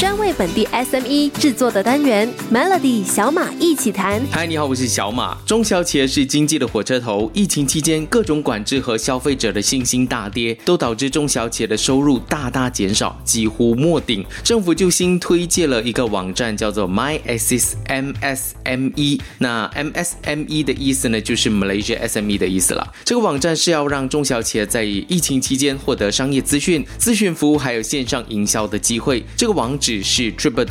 专为本地 SME 制作的单元 Melody 小马一起谈。 嗨，你好，我是小马。中小企业是经济的火车头，疫情期间各种管制和消费者的信心大跌，都导致中小企业的收入大大减少，几乎没顶。政府就新推介了一个网站，叫做 MyAxis MSME。那 MSME 的意思呢，就是 Malaysia SME 的意思了。这个网站是要让中小企业在疫情期间获得商业资讯、咨询服务还有线上营销的机会。这个网址是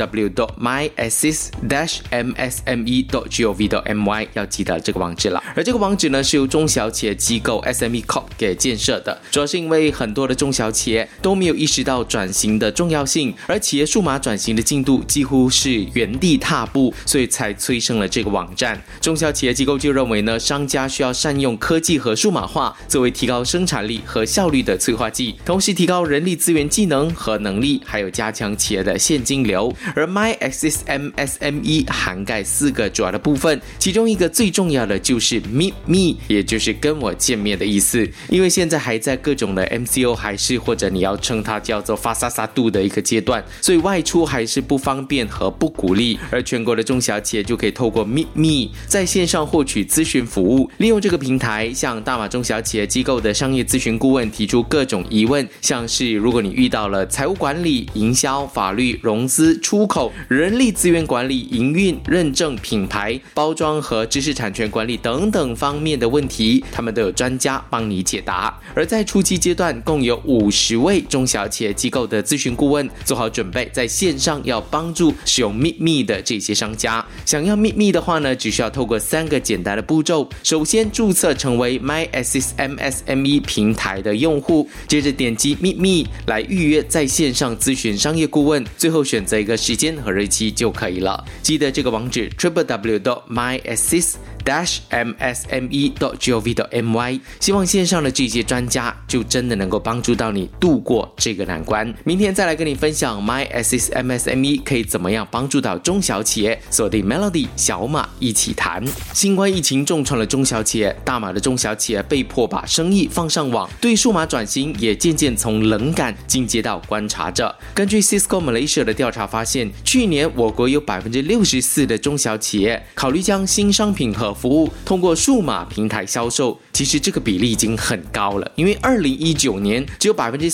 www.myaxis-msme.gov.my， 要记得这个网址了。而这个网址呢，是由中小企业机构 SME Corp 给建设的，主要是因为很多的中小企业都没有意识到转型的重要性，而企业数码转型的进度几乎是原地踏步，所以才催生了这个网站。中小企业机构就认为呢，商家需要善用科技和数码化作为提高生产力和效率的催化剂，同时提高人力资源技能和能力，还有加强企业的现金流。而 MyAxis MSME 涵盖4个主要的部分，其中一个最重要的就是 Meet Me， 也就是跟我见面的意思。因为现在还在各种的 MCO 还是或者你要称它叫做发萨萨度的一个阶段，所以外出还是不方便和不鼓励。而全国的中小企业就可以透过 Meet Me 在线上获取咨询服务，利用这个平台向大马中小企业机构的商业咨询顾问提出各种疑问，像是如果你遇到了财务管理、营销、法律、融资、出口、人力资源管理、营运、认证、品牌、包装和知识产权管理等等方面的问题，他们都有专家帮你解答。而在初期阶段，共有50位中小企业机构的咨询顾问做好准备，在线上要帮助使用 Meet Me 的这些商家。想要 Meet Me 的话呢，只需要透过3个简单的步骤。首先注册成为 MyAxis MSME 平台的用户，接着点击 Meet Me 来预約在線上諮詢商業顧問，最後選擇一個時間和日期就可以了。記得這個網址 www.myaxis-msme.gov.my， 希望線上的這些專家就真的能夠幫助到你度過這個難關。明天再來跟你分享 MyAxis MSME 可以怎麼樣幫助到中小企業，鎖定 Melody 小馬一起談。新冠疫情重創了中小企業，大馬的中小企業被迫把生意放上網，對數碼轉型也漸漸從冷感進階到觀察着。根據 Cisco Malaysia 的調查發現，去年我國有 64% 的中小企業考慮將新商品和服務通過數碼平台銷售。其實這個比例已經很高了，因為2019年只有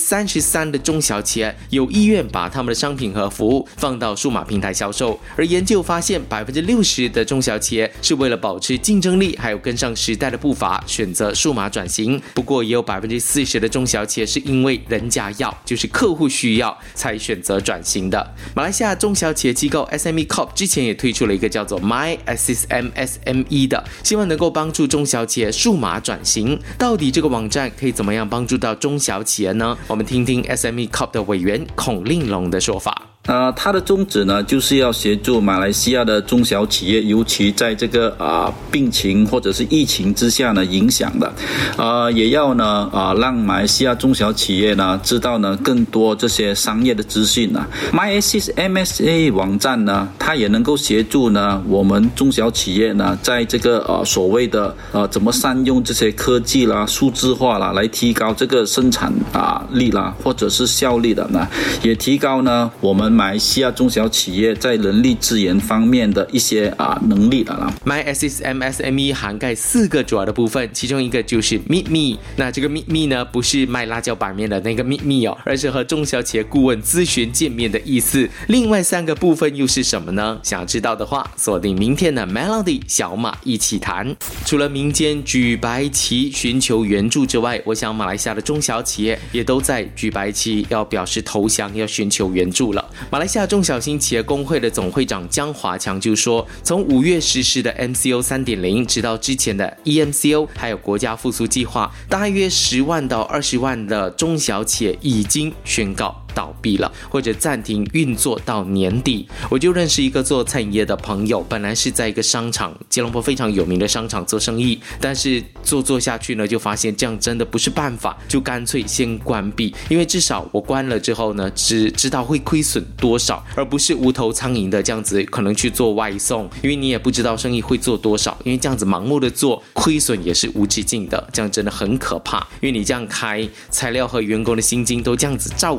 33% 的中小企業有意願把他們的商品和服務放到數碼平台銷售，而研究發現 60% 的中小企業是為了保持競爭力還有跟上時代的步伐選擇數碼轉型。不過也有 40% 的中小企業是因為人家要，就是客戶需要才選擇轉型的。馬來西亞中小企業機構 SME Corp 之前也推出了一個叫做 MyAxis MSME 的，希望能夠幫助中小企業數碼轉型。到底這個網站可以怎麼樣幫助到中小企業呢？我們聽聽 SME Corp 的委員孔令龍的說法。 它的宗旨呢，就是要協助馬來西亞的中小企業，尤其在這個病情或者是疫情之下呢影響的，也要呢讓馬來西亞中小企業呢知道呢更多這些商業的資訊啊。MyAxis MSA 網站呢，它也能夠協助呢我們中小企業呢，在這個所謂的怎麼善用這些科技啦、數字化啦，來提高這個生產力啦，或者是效率的呢，也提高呢我們馬來西亞中小企業在人力資源方面的一些能力的啦。 MyAxis MSME 涵蓋4個主要的部分，其中一個就是 Meet Me。那這個 Meet Me 呢，不是賣辣椒板麵的那個 Meet Me 哦，而是和中小企業顧問諮詢見面的意思。另外3個部分又是什麼呢？想要知道的話，鎖定明天的 Melody 小馬一起談。除了民間舉白旗尋求援助之外，我想馬來西亞的中小企業也都在舉白旗，要表示投降，要尋求援助了。馬來西亞中小型企業工會的總會長江華強就說，從5月實施的 MCO 3.0 直到之前的 EMCO 還有國家復甦計劃，大約10萬到20萬的中小企業已經宣告倒閉了，或者暫停運作到年底。我就認識一個做餐飲業的朋友，本來是在一個商場，吉隆坡非常有名的商場做生意，但是做下去呢，就發現這樣真的不是辦法，就乾脆先關閉。因為至少我關了之後呢，只知道會虧損多少，而不是無頭蒼蠅的這樣子可能去做外送，因為你也不知道生意會做多少，因為這樣子盲目的做，虧損也是無止境的，這樣真的很可怕。因為你這樣開，材料和員工的薪金都這樣子照給，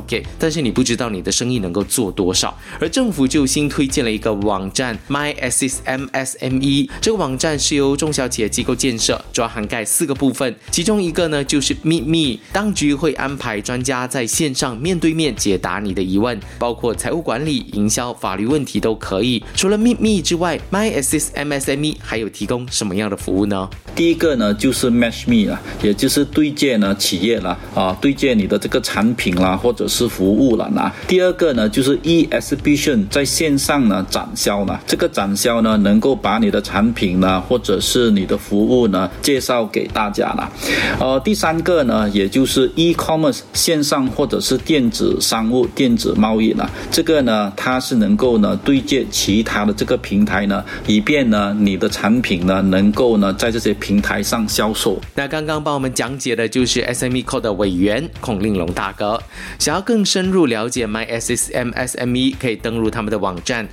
但是你不知道你的生意能够做多少。而政府就新推荐了一个网站 MyAssist MSME， 这个网站是由中小企业机构建设，主要涵盖4个部分，其中一个呢就是 Meet Me， 当局会安排专家在线上面对面解答你的疑问，包括财务管理、营销、法律问题都可以。除了 Meet Me 之外， MyAssist MSME 还有提供什么样的服务呢？ 第一个呢就是 Match Me 啦，也就是对接呢企业啦，对接你的这个产品啦或者是服务啦。第二个呢就是 E-Exhibition， 在线上呢展销啦，这个展销呢能够把你的产品呢或者是你的服务呢介绍给大家啦。第三个呢也就是 E-Commerce， 线上或者是电子商务、电子贸易啦，这个呢它是能够呢对接其他的这个平台呢，以便呢你的产品呢能够呢在这些平台上销售。 那刚刚帮我们讲解的就是 SME Code 的委員孔令龍大哥。想要更深入了解 MyAssist MSME， 可以登入他们的网站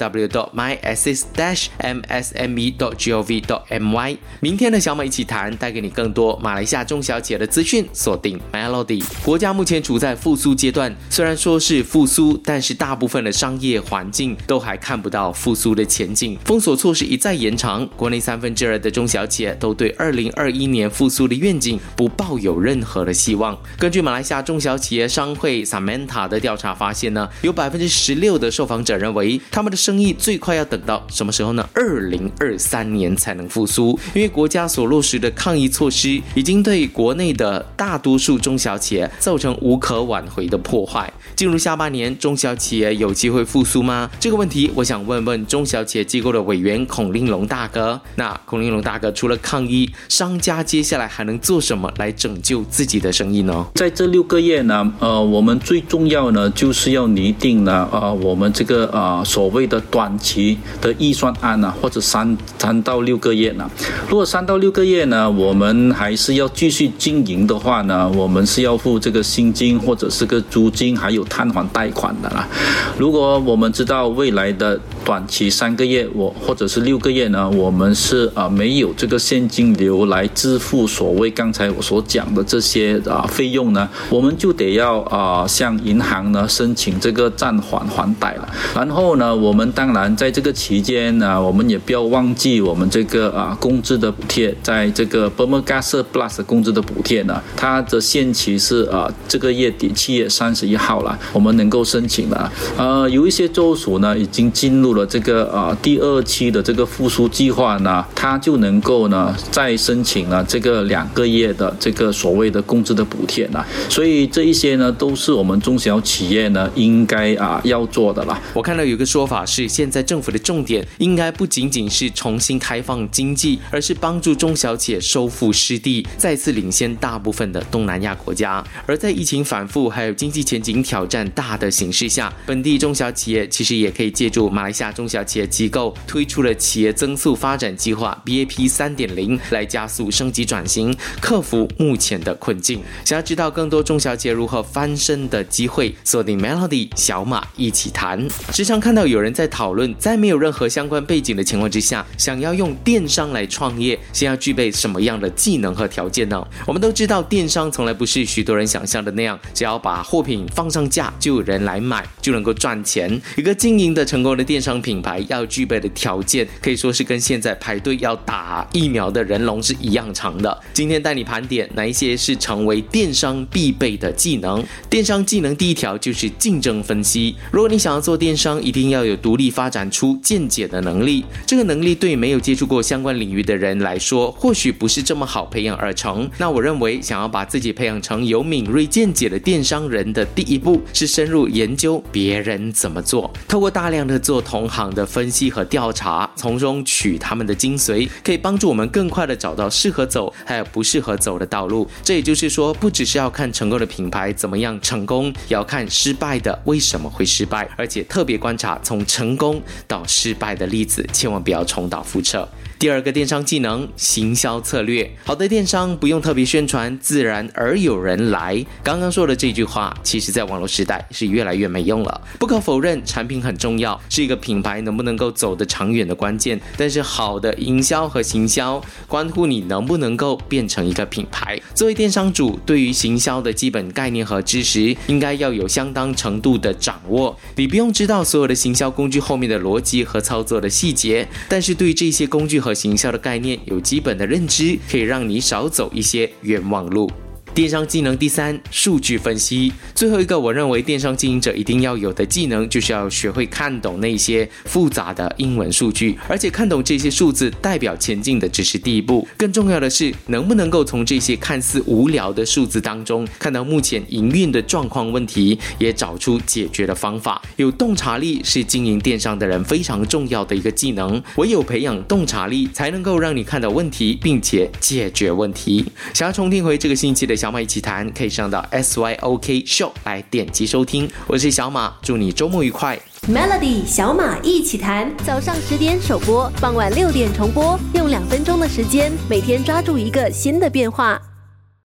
www.myassist-msme.gov.my。 明天的小马一起谈带给你更多马来西亚中小企业的资讯，锁定 Melody。 国家目前处在复苏阶段，虽然说是复苏，但是大部分的商业环境都还看不到复苏的前景，封锁措施一再延长，国内2/3的中小企业都对2021年复苏的愿景不抱有任何的希望。根据马来西亚中小企业商会 Samantha 的调查发现呢，有 16% 的受访者认为他们的生意最快要等到什么时候呢？2023年才能复苏，因为国家所落实的抗疫措施已经对国内的大多数中小企业造成无可挽回的破坏。进入下半年，中小企业有机会复苏吗？这个问题我想问问中小企业机构的委员孔令龙大哥。那孔令龙大哥，除了抗疫，商家接下来还能做什么来拯救自己的生意呢？ 在这6个月呢，我们最重要呢就是要拟定呢，我们这个所谓的短期的预算案呢，或者3到6个月呢。如果3到6个月呢，我们还是要继续经营的话呢，我们是要付这个薪金或者是个租金，还有摊还贷款的啦。如果我们知道未来的短期3个月或者是6个月呢，我们是没有这个现金流来支付所谓刚才我所讲的这些费用呢，我们就得要向银行呢申请这个暂缓还贷了。然后呢，我们当然在这个期间呢，我们也不要忘记我们这个工资的补贴，在这个 Bermegasa Plus 工资的补贴呢，它的限期是这个月底7月31号了，我们能够申请了。有一些州属呢已经进入了这个第2期的这个复苏计划呢，它就能够呢再申请了这个2个月的这个所谓的工资的补贴呢。所以这一些呢都是我们中小企业呢应该要做的啦。 我看到有一个说法是，现在政府的重点应该不仅仅是重新开放经济，而是帮助中小企业收复失地，再次领先大部分的东南亚国家。而在疫情反复还有经济前景挑战大的形势下，本地中小企业其实也可以借助马来西亚中小企业机构推出了企业增速发展计划 BAP 3.0 来加速升级转型，克服目前的困境。想要知道更多中小企业如何翻身的机会，锁定 Melody 小马一起谈。时常看到有人在讨论，在没有任何相关背景的情况之下，想要用电商来创业，先要具备什么样的技能和条件呢？我们都知道，电商从来不是许多人想象的那样，只要把货品放上架就有人来买，就能够赚钱。一个经营的成功的电商品牌要具备的条件，可以说是跟现在排队要打疫苗的人龙是一样长的。今天带你盘点哪一些是成为电商必备的技能。电商技能第一条就是竞争分析。如果你想要做电商，一定要有独立发展出见解的能力。这个能力对没有接触过相关领域的人来说，或许不是这么好培养而成。那我认为，想要把自己培养成有敏锐见解的电商人的第一步，是深入研究别人怎么做，透过大量的做同行的分析和调查，从中取他们的精髓，可以帮助我们更快的找到适合走还有不适合走的道路。这也就是说，不只是要看成功的品牌怎么样成功，也要看失败的为什么会失败，而且特别观察从成功到失败的例子，千万不要重蹈覆辙。 第二个电商技能，行销策略。好的电商不用特别宣传，自然而有人来。刚刚说的这句话，其实在网络时代是越来越没用了。不可否认，产品很重要，是一个品牌能不能够走得长远的关键。但是好的营销和行销，关乎你能不能够变成一个品牌。作为电商主，对于行销的基本概念和知识，应该要有相当程度的掌握。你不用知道所有的行销工具后面的逻辑和操作的细节，但是对这些工具和行销的概念有基本的认知，可以让你少走一些冤枉路。电商技能第3，数据分析。最后一个，我认为电商经营者一定要有的技能，就是要学会看懂那些复杂的英文数据，而且看懂这些数字代表前进的只是第一步，更重要的是能不能够从这些看似无聊的数字当中看到目前营运的状况问题，也找出解决的方法。有洞察力是经营电商的人非常重要的一个技能，唯有培养洞察力，才能够让你看到问题并且解决问题。想要重听回这个星期的小马一起谈，可以上到 SYOK Show 来点击收听。我是小马，祝你周末愉快。 Melody 小马一起谈，早上10点首播，傍晚6点重播，用2分钟的时间，每天抓住一个新的变化。